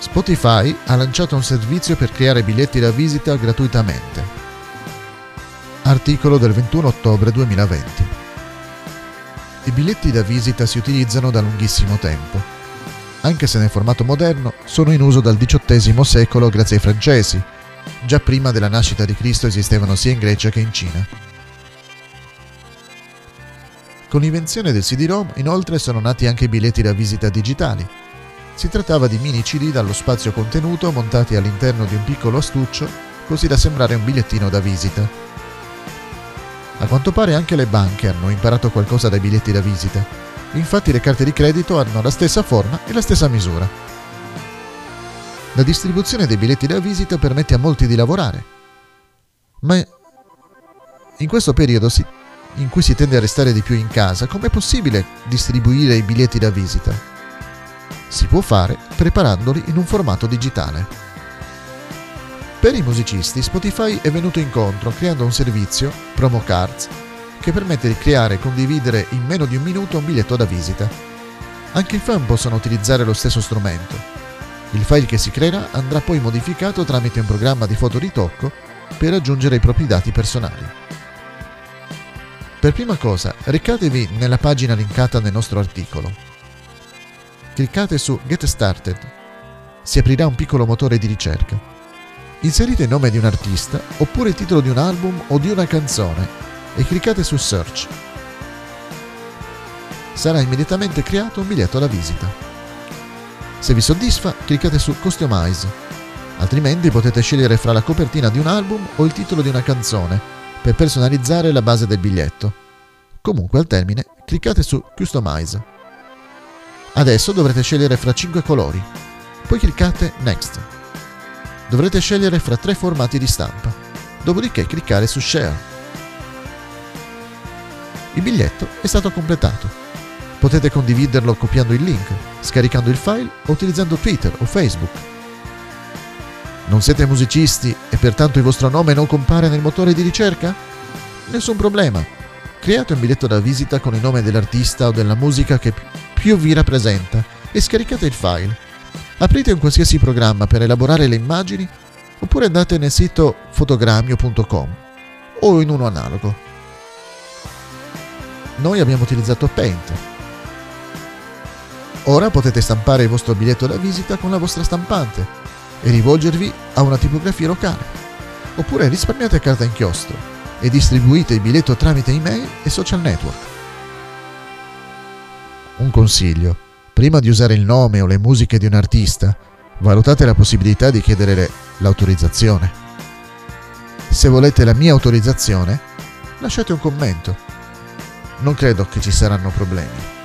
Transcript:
Spotify ha lanciato un servizio per creare biglietti da visita gratuitamente. Articolo del 21 ottobre 2020. I biglietti da visita si utilizzano da lunghissimo tempo. Anche se nel formato moderno sono in uso dal XVIII secolo grazie ai francesi. Già prima della nascita di Cristo esistevano sia in Grecia che in Cina. Con l'invenzione del CD-ROM, inoltre, sono nati anche i biglietti da visita digitali. Si trattava di mini CD dallo spazio contenuto montati all'interno di un piccolo astuccio, così da sembrare un bigliettino da visita. A quanto pare anche le banche hanno imparato qualcosa dai biglietti da visita. Infatti le carte di credito hanno la stessa forma e la stessa misura. La distribuzione dei biglietti da visita permette a molti di lavorare. Ma in questo periodo in cui si tende a restare di più in casa, com'è possibile distribuire i biglietti da visita? Si può fare preparandoli in un formato digitale. Per i musicisti, Spotify è venuto incontro creando un servizio, Promo Cards, che permette di creare e condividere in meno di un minuto un biglietto da visita. Anche i fan possono utilizzare lo stesso strumento. Il file che si creerà andrà poi modificato tramite un programma di fotoritocco per aggiungere i propri dati personali. Per prima cosa, recatevi nella pagina linkata nel nostro articolo. Cliccate su Get Started. Si aprirà un piccolo motore di ricerca. Inserite il nome di un artista oppure il titolo di un album o di una canzone e cliccate su Search. Sarà immediatamente creato un biglietto da visita. Se vi soddisfa, cliccate su Customize. Altrimenti potete scegliere fra la copertina di un album o il titolo di una canzone per personalizzare la base del biglietto. Comunque al termine cliccate su Customize. Adesso dovrete scegliere fra 5 colori, poi cliccate Next. Dovrete scegliere fra 3 formati di stampa, dopodiché cliccare su Share. Il biglietto è stato completato. Potete condividerlo copiando il link, scaricando il file o utilizzando Twitter o Facebook. Non siete musicisti e pertanto il vostro nome non compare nel motore di ricerca? Nessun problema. Create un biglietto da visita con il nome dell'artista o della musica che più vi rappresenta e scaricate il file. Aprite un qualsiasi programma per elaborare le immagini oppure andate nel sito fotogramio.com o in uno analogo. Noi abbiamo utilizzato Paint. Ora potete stampare il vostro biglietto da visita con la vostra stampante e rivolgervi a una tipografia locale. Oppure risparmiate carta inchiostro e distribuite il biglietto tramite email e social network. Un consiglio: prima di usare il nome o le musiche di un artista, valutate la possibilità di chiedere l'autorizzazione. Se volete la mia autorizzazione, lasciate un commento. Non credo che ci saranno problemi.